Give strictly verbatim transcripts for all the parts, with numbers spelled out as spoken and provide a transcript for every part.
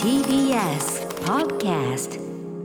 ティービーエス Podcast。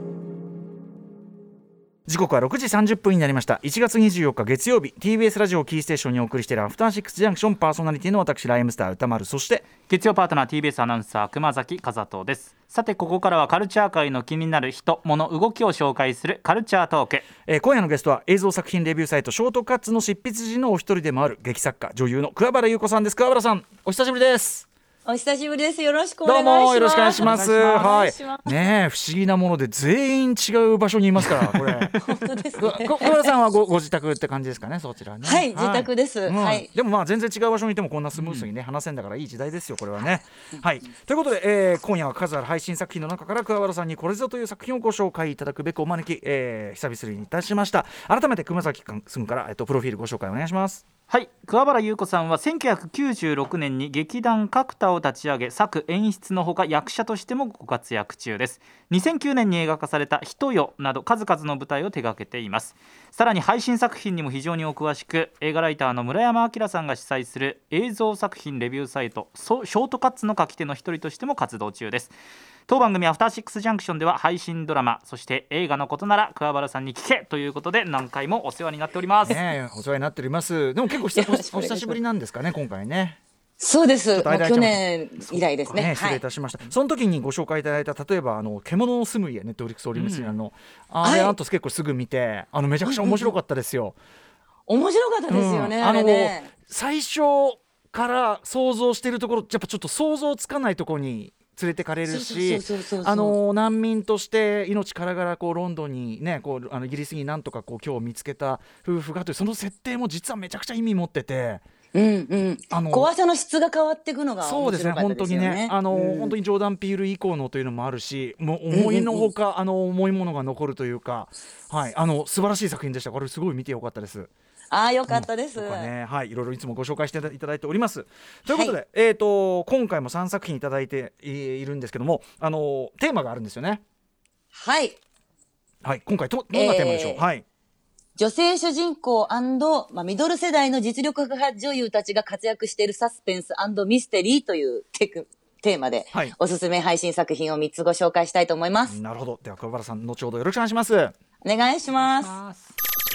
時刻はろくじさんじゅっぷんになりました。いちがつにじゅうよっか月曜日、 ティービーエス ラジオキーステーションにお送りしているアフターシックスジャンクション、パーソナリティの私ライムスター歌丸、そして月曜パートナー ティービーエス アナウンサー熊崎和人です。さて、ここからはカルチャー界の気になる人物動きを紹介するカルチャートーク、 えー、今夜のゲストは映像作品レビューサイトショートカッツの執筆陣のお一人でもある劇作家女優の桑原優子さんです。桑原さん、お久しぶりです。 お久しぶりです。よろしくお願いします。 どうもよろしくお願いします。はい。ねえ、不思議なもので全員違う場所にいますからこれ。 本当ですね。 桑原さんは ご, ご自宅って感じですかね、そちらね。 はい、自宅です。 うん、 はい。 でもまあ全然違う場所にいてもこんなスムースにね、うん、話せんだからいい時代ですよこれはね。はい。ということで、えー、今夜は数ある配信作品の中から桑原さんにこれぞという作品をご紹介いただくべくお招き、えー、久々にいたしました。改めて熊崎君から、えっと、プロフィールご紹介お願いします。 はい、桑原優子さんはせんきゅうひゃくきゅうじゅうろくねんに劇団角田を立ち上げ、作演出のほか役者としてもご活躍中です。にせんきゅうねんに映画化された人よなど数々の舞台を手掛けています。さらに配信作品にも非常にお詳しく、映画ライターの村山明さんが主催する映像作品レビューサイトショートカッツの書き手の一人としても活動中です。当番組アフターシックスジャンクションでは配信ドラマ、そして映画のことなら桑原さんに聞けということで何回もお世話になっております。 ね、お世話になっております。でも結構お久しぶりなんですかね今回ね。 そうです。もう去年以来ですね。 ね、失礼いたしました、はい、その時にご紹介いただいた例えばあの獣の住む家、ネットフリックスオリジナルの、うん、あれ、はい、あと結構すぐ見て、あのめちゃくちゃ面白かったですよ。 面白かったですよね、うん、 あのあれね。 最初から想像しているところ、やっぱちょっと想像つかないところに連れてかれるし、あの難民として命からがらこうロンドンにね、こうあのイギリスになんとかこう今日見つけた夫婦がというその設定も実はめちゃくちゃ意味持ってて、 うんうん、あの怖さの質が変わっていくのが面白かったですよね。 そうですね、本当にね、あの、うん、本当にジョーダン・ピール以降のというのもあるし、もう思いのほか、うんうんうん、あの重いものが残るというか、はい、あの素晴らしい作品でした。これすごい見てよかったです。 ああ、よかったです、 うんね、はい、いろいろいつもご紹介していただいております。ということで、はい、えーと今回もさんさく品いただいているんですけども、あのテーマがあるんですよね。 はい、 はい、今回どどんなテーマでしょう。えー、はい、 女性主人公&、まあ、ミドル世代の実力派女優たちが活躍しているサスペンス&ミステリーというテクテーマで、はい、おすすめ配信作品をみっつご紹介したいと思います。 なるほど。では桑原さん、後ほどよろしくお願いします。 お願いします。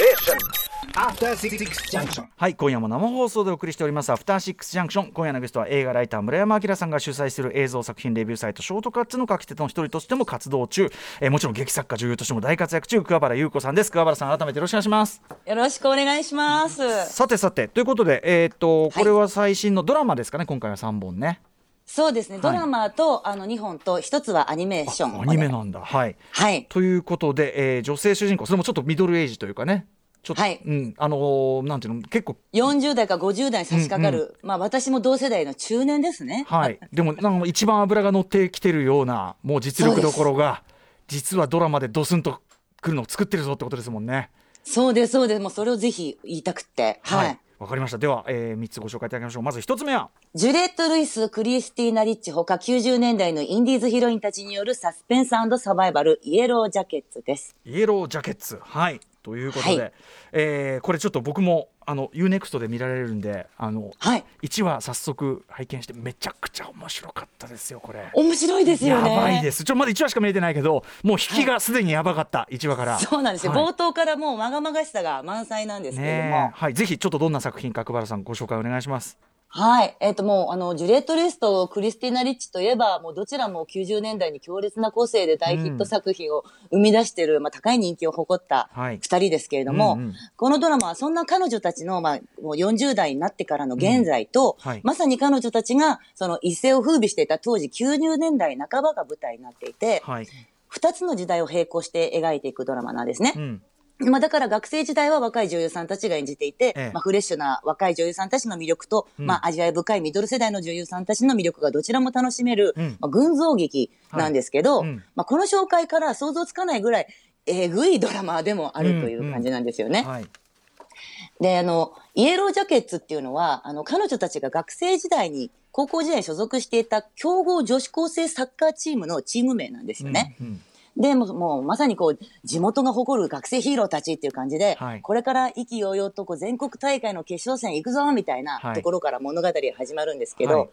はい、今夜も生放送でお送りしておりますアフターシックスジャンクション。今夜のゲストは映画ライター村山明さんが主催する映像作品レビューサイトショートカッツの書き手の一人としても活動中、えー、もちろん劇作家女優としても大活躍中、桑原優子さんです。桑原さん、改めてよろしくお願いします。 よろしくお願いします。 さてさて、ということで、えー、っとこれは最新のドラマですかね。今回はさんぼんね。 そうですね、ドラマと、はい、あのにほんとひとつはアニメーション。 アニメなんだ。はい、 はい、 ということで、えー、女性主人公、それもちょっとミドルエイジというかね、ちょっと、はい、うん、あのー、なんていうの、結構よんじゅう代かごじゅう代に差し掛かる、うんうん、まあ私も同世代の中年ですね。 はい、でもなんか一番脂が乗ってきてるようなもう実力どころが実はドラマでドスンとくるのを作ってるぞってことですもんね。 そうですそうです。もうそれをぜひ言いたくって、はい、はい、 わかりました。では、えー、みっつご紹介いただきましょう。まずひとつめはジュレット・ルイス、クリスティーナ・リッチほかきゅうじゅうねんだいのインディーズヒロインたちによるサスペンス&サバイバル、イエロージャケッツです。 イエロージャケッツ、はい、ということで、はい、えー、これちょっと僕もあの ユーネクスト で見られるんで、あの、はい、いちわ早速拝見してめちゃくちゃ面白かったですよ。これ面白いですよね。 やばいです。ちょまだいちわしか見れてないけど、もう引きがすでにやばかった、はい、いちわから。 そうなんですよ、はい、冒頭からもうまがまがしさが満載なんですけれども、 はい、ぜひちょっとどんな作品か桑原さんご紹介お願いします。 はい。えっともう、あの、ジュリエット・ルイスとクリスティーナ・リッチといえば、もうどちらもきゅうじゅうねんだいに強烈な個性で大ヒット作品を生み出している、うん、まあ高い人気を誇った二人ですけれども、はい、うんうん、このドラマはそんな彼女たちの、まあ、もうよんじゅう代になってからの現在と、うん、はい、まさに彼女たちが、その一世を風靡していた当時きゅうじゅうねんだいなかばが舞台になっていて、はい、二つの時代を並行して描いていくドラマなんですね。うん、まあ、だから学生時代は若い女優さんたちが演じていて、ええ、まあ、フレッシュな若い女優さんたちの魅力と、うん、まあ、味わい深いミドル世代の女優さんたちの魅力がどちらも楽しめる、うん、まあ、群像劇なんですけど、はい、うん、まあ、この紹介から想像つかないぐらいえぐいドラマでもあるという感じなんですよね。うんうん、はい、で、あの、イエロージャケッツっていうのは、あの、彼女たちが学生時代に、高校時代に所属していた強豪女子高生サッカーチームのチーム名なんですよね。うんうん、でもう、もうまさにこう地元が誇る学生ヒーローたちっていう感じで、はい、これから意気揚々とこう全国大会の決勝戦行くぞみたいなところから物語が始まるんですけど、はい、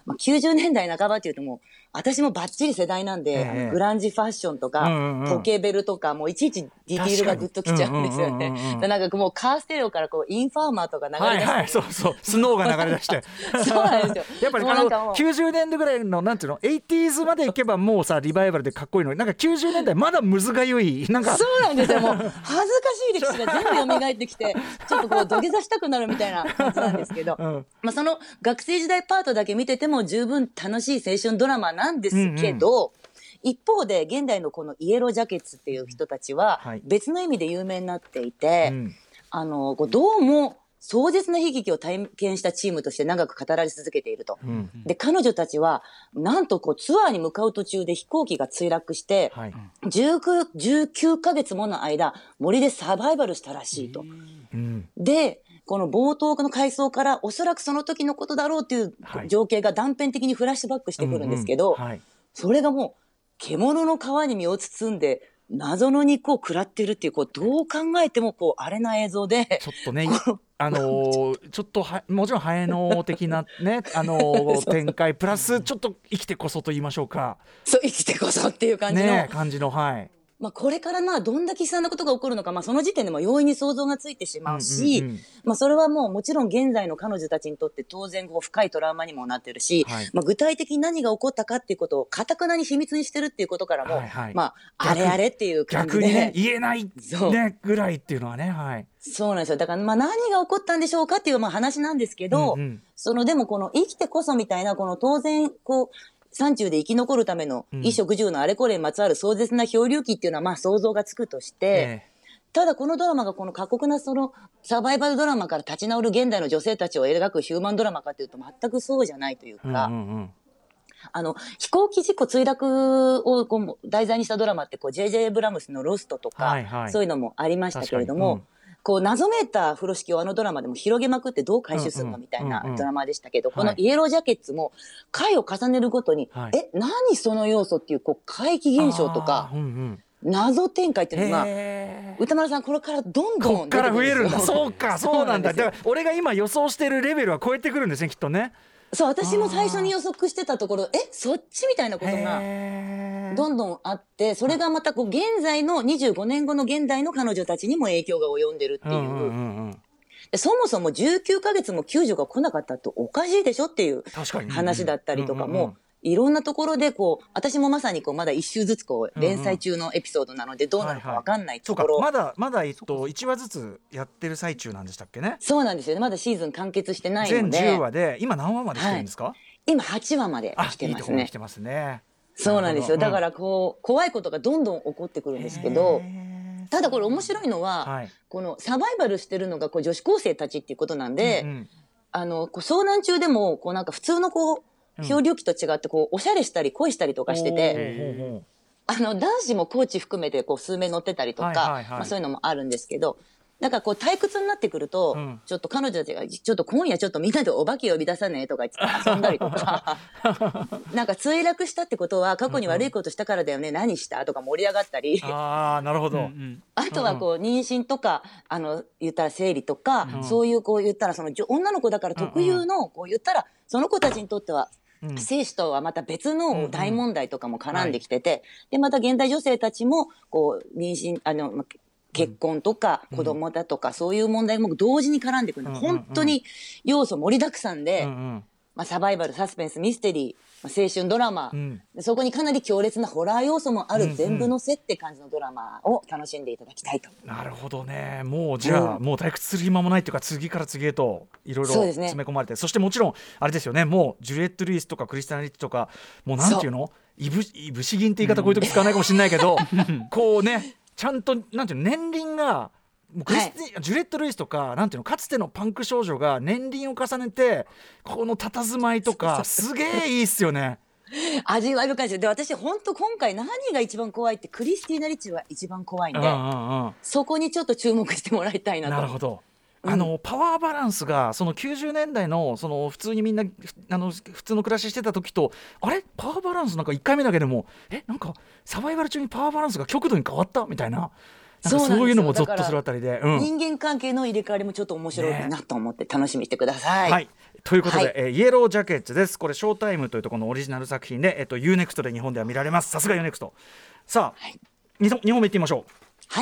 まあ、きゅうじゅうねんだいなかばっていうともう、私もバッチリ世代なんで、ええ、あのグランジファッションとか、うんうん、時計ベルとか、もういちいちディティールがグッときちゃうんですよね。なんかもうカーステレオからこうインファーマーとか流れ出して、はいはい、 そうそう、スノーが流れ出して。 そうなんですよ。 やっぱりあのきゅうじゅうねんだいぐらいのなんていうの、エイティーズまでいけばもうさリバイバルでかっこいいのに、なんかきゅうじゅうねんだいまだむずがゆい、なんかそうなんですよ。もう恥ずかしい歴史が全部蘇ってきて、ちょっとこう土下座したくなるみたいな感じなんですけど、うん、まあその学生時代パートだけ見てても十分楽しい青春ドラマなんですけど、うんうん、一方で現代のこのイエロージャケッツっていう人たちは別の意味で有名になっていて、はい、うん、あのどうも壮絶な悲劇を体験したチームとして長く語られ続けていると、うん、で彼女たちはなんとこうツアーに向かう途中で飛行機が墜落して、はい、じゅうきゅうかげつもの間森でサバイバルしたらしいと、うん、でこの冒頭の回想からおそらくその時のことだろうという情景が断片的にフラッシュバックしてくるんですけど、はい、それがもう獣の皮に身を包んで謎の肉を食らってるっていう、こうどう考えてもこう荒れな映像でちょっとねあのー、ちょっとはもちろんハエの的なねあのー、展開プラスちょっと生きてこそと言いましょうか、 そう生きてこそっていう感じの、 ね、感じの、はい、 まあ、これからまあどんだけ悲惨なことが起こるのか、まあ、その時点でも容易に想像がついてしまうし、うんうんうん、まあ、それはもうもちろん現在の彼女たちにとって当然こう深いトラウマにもなってるし、はい、まあ、具体的に何が起こったかっていうことを堅くなに秘密にしてるっていうことからも、はいはい、まあ、あれあれっていう感じで逆にね言えない、ね、ぐらいっていうのはね、はい、 そうなんですよ。だからまあ何が起こったんでしょうかっていうまあ話なんですけど、うんうん、そのでもこの生きてこそみたいなこの当然こう山中で生き残るための衣食住のあれこれにまつわる壮絶な漂流記っていうのはまあ想像がつくとして、えー、ただこのドラマがこの過酷なそのサバイバルドラマから立ち直る現代の女性たちを描くヒューマンドラマかというと全くそうじゃないというか、うんうんうん、あの飛行機事故墜落をこう題材にしたドラマってこう ジェイジェイ エイブラムスのロストとか、はいはい、そういうのもありましたけれども、こう謎めいた風呂敷をあのドラマでも広げまくってどう回収するのみたいなドラマでしたけど、このイエロージャケッツも回を重ねるごとに、はい、え何その要素っていうこう怪奇現象とか、うんうん、謎展開っていうのが歌丸さんこれからどんどんこっから増えるんだ。そうかそうなんだ。だから俺が今予想してるレベルは超えてくるんですねきっとね。 そう私も最初に予測してたところえそっちみたいなことがどんどんあって、それがまたこう現在のにじゅうごねんごの現代の彼女たちにも影響が及んでるっていう、うんうんうん、でそもそもじゅうきゅうかげつも救助が来なかったっておかしいでしょっていう話だったりとかもいろんなところでこう私もまさにこうまだ一周ずつこう連載中のエピソードなのでどうなるか分かんないところ、 はいはい、そうかまだまだ、えっと、いちわずつやってる最中なんでしたっけね。 そうなんですよね。まだシーズン完結してないので全じゅうわで今何話まで来てるんですか？はい、 今はちわまで来てますね。いいところに来てますね。 そうなんですよ。だからこう怖いことがどんどん起こってくるんですけど、ただこれ面白いのは、はい、このサバイバルしてるのがこう女子高生たちっていうことなんで、うんうん、あのこう遭難中でもこうなんか普通のこう漂流記と違ってこうおしゃれしたり恋したりとかしてて、あの男子もコーチ含めてこう数名乗ってたりとか、はいはいはい、まあ、そういうのもあるんですけど、だからこう退屈になってくると、うん、ちょっと彼女たちがちょっと今夜ちょっとみんなでお化け呼び出さねえとか言って遊んだりとかなんか墜落したってことは過去に悪いことしたからだよね、うんうん、何したとか盛り上がったりあーなるほど、うんうん、 あとはこう妊娠とかあの言ったら生理とか、うん、そういうこう言ったらその女の子だから特有のこう言ったらその子たちにとっては生死とはまた別の大問題とかも絡んできてて、うんうん、でまた現代女性たちもこう妊娠あの結婚とか子供だとか、うん、そういう問題も同時に絡んでくる、うんうんうん、本当に要素盛りだくさんで、うんうんまあ、サバイバルサスペンスミステリー青春ドラマ、うん、そこにかなり強烈なホラー要素もある全部のせって感じのドラマを楽しんでいただきたいと、 うんうん、なるほどね。もうじゃあ、うん、もう退屈する暇もないというか次から次へといろいろ詰め込まれて そ,、ね、そしてもちろんあれですよね、もうジュリエット・ルイスとかクリスタナ・リッチとかもうなんていうのいぶいぶし銀って言い方こういう時使わないかもしれないけど、うん、こうねちゃんとなんていうの年輪がもうクリスティ、はい、ジュレット・ルイスとかなんていうのかつてのパンク少女が年輪を重ねてこの佇まいとかすげえいいっすよね味わい深いですよ。で私本当今回何が一番怖いってクリスティーナ・リッチが一番怖いんで、うんうんうん、そこにちょっと注目してもらいたいなと。 なるほど。あのパワーバランスがそのきゅうじゅうねんだい の, その普通にみんなあの普通の暮らししてた時とあれパワーバランスなんかいっかいめだけでもえなんかサバイバル中にパワーバランスが極度に変わったみたいななんかそういうのもゾッとするあたりで、 うん、人間関係の入れ替わりもちょっと面白いなと思って楽しみにしてください、 ね、はいということで、はい、えー、イエロージャケッツです。これショータイムというところのオリジナル作品で、えっと、ユーネクスト で日本では見られます。さすが ユーネクスト。さあ、はい、にほんめいってみましょう。 はい。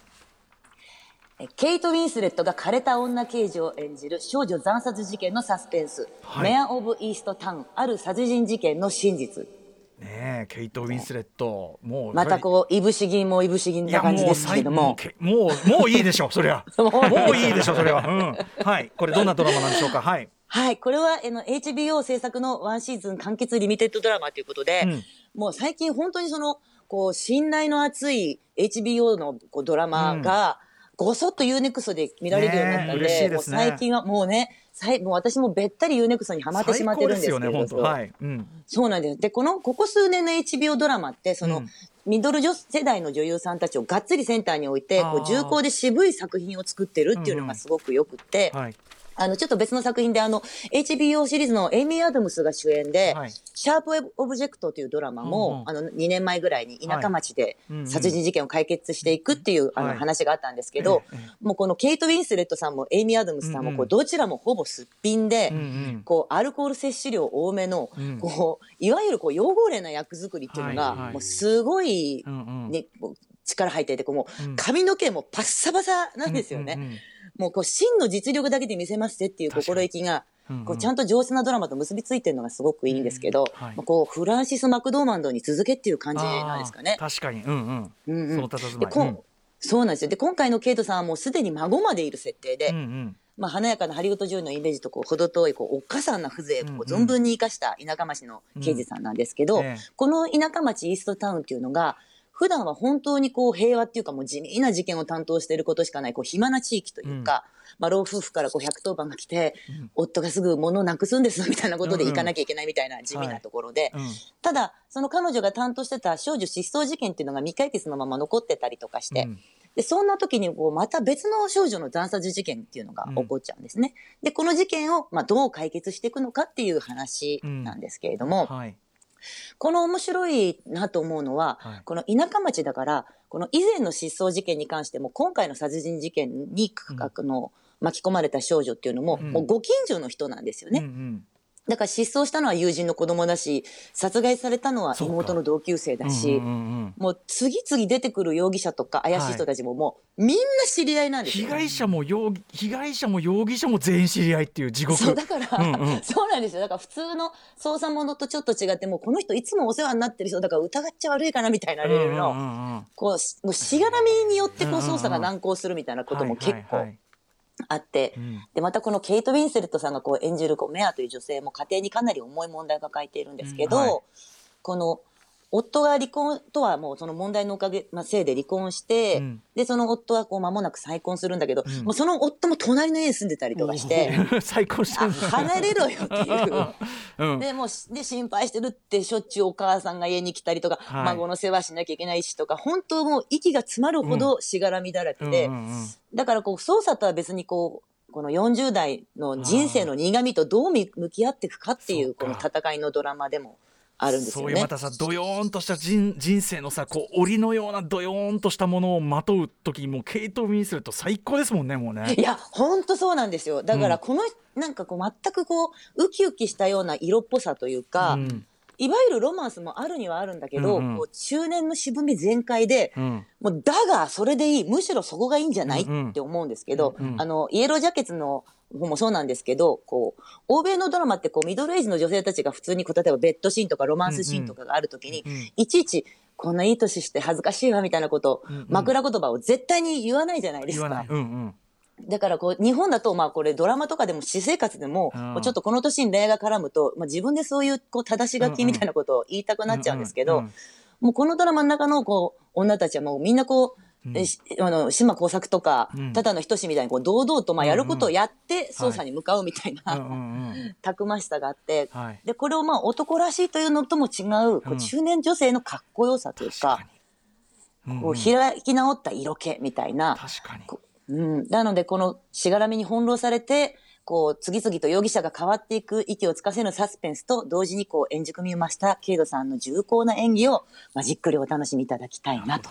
ケイト・ウィンスレットが枯れた女刑事を演じる少女惨殺事件のサスペンス、はい、メア・オブ・イースト・タウン、ある殺人事件の真実。 ねえ、ケイト・ウィンスレット、もうまたこういぶし銀もいぶし銀な感じですけども、 もうもういいでしょうそれはもういいでしょうそれは、うん、はい。これどんなドラマなんでしょうか。はい、 はい、これはあの エイチビーオー 制作のワンシーズン完結リミテッドドラマということで、うん、もう最近本当にそのこう信頼の厚い エイチビーオー のこうドラマが、うん、ごそっと ユーネクスト で見られるようになったんで、ね、もう最近はもうね、もう私もべったり ユーネクスト にハマってしまってるんですけど、最高ですよね、本当、はい、うん、そうなんです。でこのここ数年の エイチビーオー ドラマってその、うん、ミドル女世代の女優さんたちをがっつりセンターに置いてこう重厚で渋い作品を作ってるっていうのがすごくよくって、うんうん、はい、あのちょっと別の作品であの エイチビーオー シリーズのエイミー・アダムスが主演で、はい、シャープオブジェクトというドラマも、うんうん、あのにねんまえぐらいに田舎町で殺人事件を解決していくっていう、はい、あの話があったんですけど、はい、もうこのケイト・ウィンスレットさんもエイミー・アダムスさんもこうどちらもほぼすっぴんで、うんうん、こうアルコール摂取量多めの、うん、こういわゆるこう養護霊な役作りっていうのが、はいはい、もうすごい、ね、うんうん、力入っていてこうもう髪の毛もパッサパサなんですよね、うんうんうん、もうこう真の実力だけで見せますぜっていう心意気が、うんうん、こうちゃんと上手なドラマと結びついてるのがすごくいいんですけど、うんはい、こうフランシス・マクドーマンドに続けっていう感じなんですかね。 確かに、うんうんうんうん、その佇まい、 で、うん、そうなんですよ。で今回のケイトさんはもうすでに孫までいる設定で、うんうん、まあ、華やかなハリウッド女優のイメージとこう程遠いこうおっかさんな風情をこう存分に生かした田舎町の刑事さんなんですけど、うんうんええ、この田舎町イーストタウンっていうのが普段は本当にこう平和っていうかもう地味な事件を担当していることしかないこう暇な地域というか、うん、まあ、老夫婦からこうひゃくとおばんが来て、うん、夫がすぐ物をなくすんですみたいなことで行かなきゃいけないみたいな地味なところで、うんうんはい、ただその彼女が担当してた少女失踪事件っていうのが未解決のまま残ってたりとかして、うん、でそんな時にこうまた別の少女の惨殺事件っていうのが起こっちゃうんですね、うん、でこの事件をまあどう解決していくのかっていう話なんですけれども、うんはい、この面白いなと思うのは、はい、この田舎町だからこの以前の失踪事件に関しても今回の殺人事件に、うん、あの巻き込まれた少女っていうのも、うん、もうご近所の人なんですよね、うんうん、だから失踪したのは友人の子供だし殺害されたのは妹の同級生だし、うんうんうん、もう次々出てくる容疑者とか怪しい人たちももう、はい、みんな知り合いなんですよ。 被害者も容疑、被害者も容疑者も全員知り合いっていう地獄。 そうだから、うんうん、そうなんですよ。だから普通の捜査ものとちょっと違ってもうこの人いつもお世話になってる人だから疑っちゃ悪いかなみたいなレベルの、うんうんうん、こうもうしがらみによってこう捜査が難航するみたいなことも結構、はいはいはいあって、うん、でまたこのケイト・ウィンスレットさんがこう演じるこうメアという女性も家庭にかなり重い問題を抱えているんですけど、うんはい、この夫が離婚とはもうその問題のおかげ、まあ、せいで離婚して、うん、でその夫はこう間もなく再婚するんだけど、うん、もうその夫も隣の家に住んでたりとかして再婚してる離れろよっていう、うん、でもうで心配してるってしょっちゅうお母さんが家に来たりとか、はい、孫の世話しなきゃいけないしとか本当もう息が詰まるほどしがらみだらけで、うんうんうんうん、だからこう捜査とは別にこうこのよんじゅう代の人生の苦みとどう向き合っていくかっていうこの戦いのドラマでもあるんですよね。 そういうまたさドヨーンとした 人, 人生のさこう檻のようなドヨーンとしたものをまとう時もケイト・ウィンスレット最高ですもんねもうね。 いや本当そうなんですよ。だからこの、うん、なんかこう全くこうウキウキしたような色っぽさというか、うん、いわゆるロマンスもあるにはあるんだけど、うんうん、こう中年の渋み全開で、うん、もうだがそれでいいむしろそこがいいんじゃない、うんうん、って思うんですけど、うんうん、あのイエロージャケッツの方もそうなんですけどこう欧米のドラマってこうミドルエイジの女性たちが普通にこう例えばベッドシーンとかロマンスシーンとかがあるときに、うんうん、いちいちこんないい年して恥ずかしいわみたいなことを、うんうん、枕言葉を絶対に言わないじゃないですか。言わない、うんうんだからこう日本だとまあこれドラマとかでも私生活でもちょっとこの年に恋愛が絡むとまあ自分でそういうこう正し書きみたいなことを言いたくなっちゃうんですけどもうこのドラマの中のこう女たちはもうみんなこう、うん、えあの島耕作とかただの人志みたいにこう堂々とまあやることをやって捜査に向かうみたいなたくましさがあってでこれをまあ男らしいというのとも違うこう中年女性のかっこよさというかこう開き直った色気みたいな確かにうん、なのでこのしがらみに翻弄されてこう次々と容疑者が変わっていく息をつかせるサスペンスと同時にこう円熟味を増したケイドさんの重厚な演技を、まあ、じっくりお楽しみいただきたいなと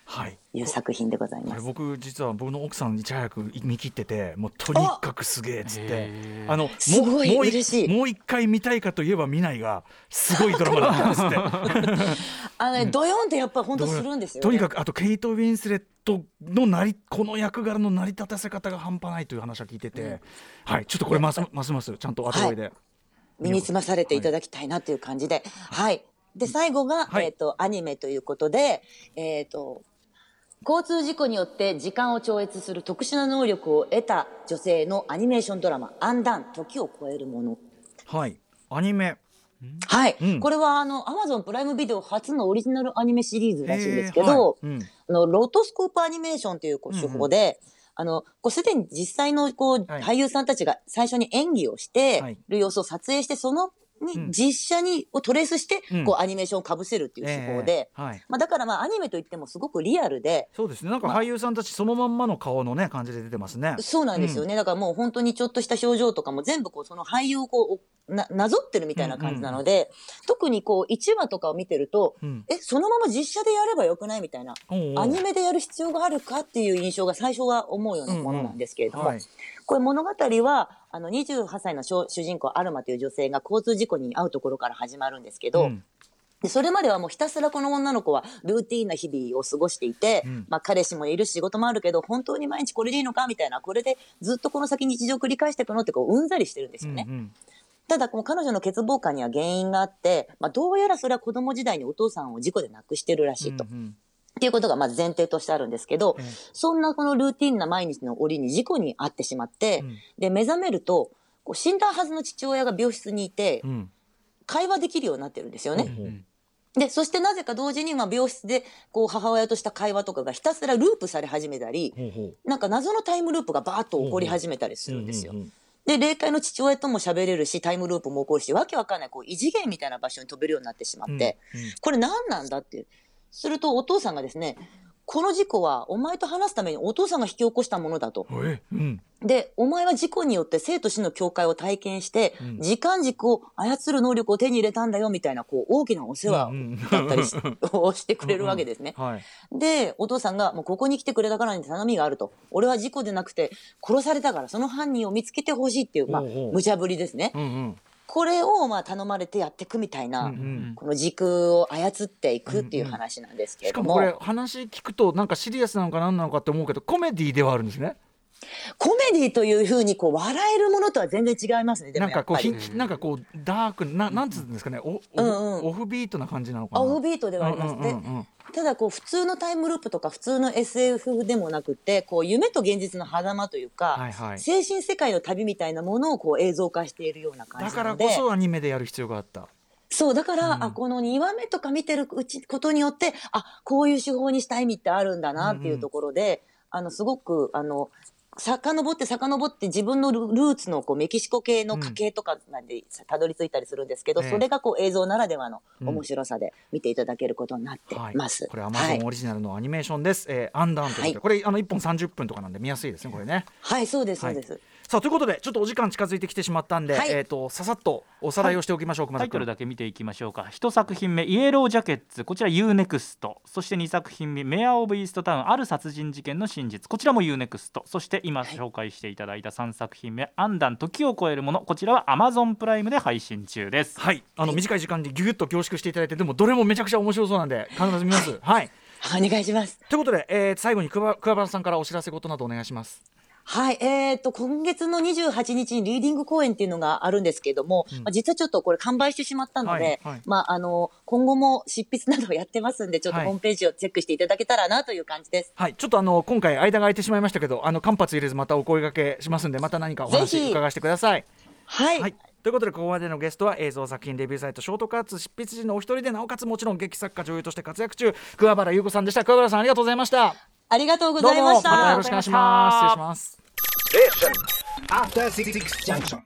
いう作品でございます。 はい、僕実は僕の奥さんいち早く見切ってて、もうとにかくすげえっつって、あのすごい嬉しい。 もう一回見たいかといえば見ないがすごいドラマなんですってあの、ね、ドヨンってやっぱ本当するんですよね。 とにかくあとケイト・ウィンスレットのなりこの役柄の成り立たせ方が半端ないという話は聞いてて、うん、はい、ちょっとこれますますますちゃんと後追いで、はい、 身につまされていただきたいなという感じで、はい、はい、で最後が、はい、えーと、アニメということで、えーと交通事故によって時間を超越する特殊な能力を得た女性のアニメーションドラマ、アンダン時を超えるもの。 はい、アニメ、 はい、うん、これはあの Amazon プライムビデオ初のオリジナルアニメシリーズらしいんですけど、はい、うん、あのロトスコープアニメーションというこう手法で、うんうん、あのこうすでに実際のこう、はい、俳優さんたちが最初に演技をしてる様子を撮影して、そのに実写にをトレースして、うん、こうアニメーションをかぶせるっていう手法で、えーはい、まあ、だからまあアニメといってもすごくリアルで、 そうですね、なんか俳優さんたちそのまんまの顔のね感じで出てますね。 そうなんですよね、うん、だからもう本当にちょっとした表情とかも全部こうその俳優をこうななぞってるみたいな感じなので、うんうん、特にこういちわとかを見てると、うん、えそのまま実写でやればよくないみたいな、おうおうアニメでやる必要があるかっていう印象が最初は思うようなものなんですけれども、うんうん、はい、これ物語はあのにじゅうはっさいの主人公アルマという女性が交通事故に遭うところから始まるんですけど、うん、でそれまではもうひたすらこの女の子はルーティーンな日々を過ごしていて、うん、まあ、彼氏もいる仕事もあるけど本当に毎日これでいいのかみたいな、これでずっとこの先日常繰り返していくのってこううんざりしてるんですよね、うんうん、ただこの彼女の欠乏感には原因があって、まあ、どうやらそれは子供時代にお父さんを事故で亡くしてるらしいと、うんうん、っていうことがまず前提としてあるんですけど、うん、そんなこのルーティンな毎日の折に事故に遭ってしまって、うん、で目覚めるとこう死んだはずの父親が病室にいて、うん、会話できるようになってるんですよね、うん、でそしてなぜか同時にまあ病室でこう母親とした会話とかがひたすらループされ始めたり、うん、なんか謎のタイムループがバーッと起こり始めたりするんですよ、うんうんうん、で霊界の父親とも喋れるしタイムループも起こるし、わけわかんないこう異次元みたいな場所に飛べるようになってしまって、うんうん、これ何なんだってするとお父さんがですね、この事故はお前と話すためにお父さんが引き起こしたものだと、うん、でお前は事故によって生と死の境界を体験して、うん、時間軸を操る能力を手に入れたんだよみたいなこう大きなお世話だったりし、うんうん、をしてくれるわけですね、うんうん、はい、でお父さんがもうここに来てくれたからに頼みがあると、俺は事故でなくて殺されたからその犯人を見つけてほしいっていう、まあ、無茶ぶりですね、うんうん、これをまあ頼まれてやっていくみたいな、うんうん、この時空を操っていくっていう話なんですけれども、 うんうん、しかもこれ話聞くとなんかシリアスなのか何なのかって思うけどコメディではあるんですね。 コメディというふうにこう笑えるものとは全然違いますね。でもやっぱりなんかこうなんかこうダークななんつうんですかね、お、うんうん、オフビートな感じなのかな。 オフビートではあります、うんうんうんうん、でただこう普通のタイムループとか普通の エスエフ でもなくてこう夢と現実の狭間というか、はいはい、精神世界の旅みたいなものをこう映像化しているような感じなので、 だからこそアニメでやる必要があった。 そうだから、うん、あこのにわめとか見てるうちことによってあこういう手法にした意味ってあるんだなっていうところで、うんうん、あのすごくあの遡って遡って自分のルーツのこうメキシコ系の家系とかまでたどり着いたりするんですけど、うん、それがこう映像ならではの面白さで見ていただけることになってます、 うん、はい、これ Amazon オリジナルのアニメーションです、はい、えー、アンダーンということで、はい、これあのいっぽんさんじゅっぷんとかなんで見やすいですねこれね。 はいそうですそうです、はい、 さあということでちょっとお時間近づいてきてしまったんで、はい、えー、とささっとおさらいをしておきましょう、はい、 タイトルだけ見ていきましょうか。いちさく品目イエロージャケッツ、こちら ユーネクスト、そしてにさく品目メアオブイーストタウンある殺人事件の真実、こちらも ユーネクスト、そして今紹介していただいたさんさく品目、はい、アンダン時を超えるもの、こちらは Amazon プライムで配信中です。 はい、あの短い時間でギュギュッと凝縮していただいて、でもどれもめちゃくちゃ面白そうなんで必ず見ます、はい、 はい、お願いします。 ということで、えー、最後に桑原さんからお知らせ事などお願いします。 はい、えーと、今月のにじゅうはちにちにリーディング公演っていうのがあるんですけれども、うん、まあ、実はちょっとこれ完売してしまったので、はいはい、まあ、あの、今後も執筆などをやってますんで、ちょっとホームページをチェックしていただけたらなという感じです。 はい、ちょっとあの、今回間が空いてしまいましたけど、あの、間髪入れずまたお声掛けしますんで、また何かお話伺わせてください。 はい。 はい、ということでここまでのゲストは映像作品レビューサイトショートカッツ執筆陣のお一人で、なおかつもちろん劇作家女優として活躍中、桑原優子さんでした。桑原さんありがとうございました。 ありがとうございました。 どうもまたよろしくお願いします。失礼します。 After six junction.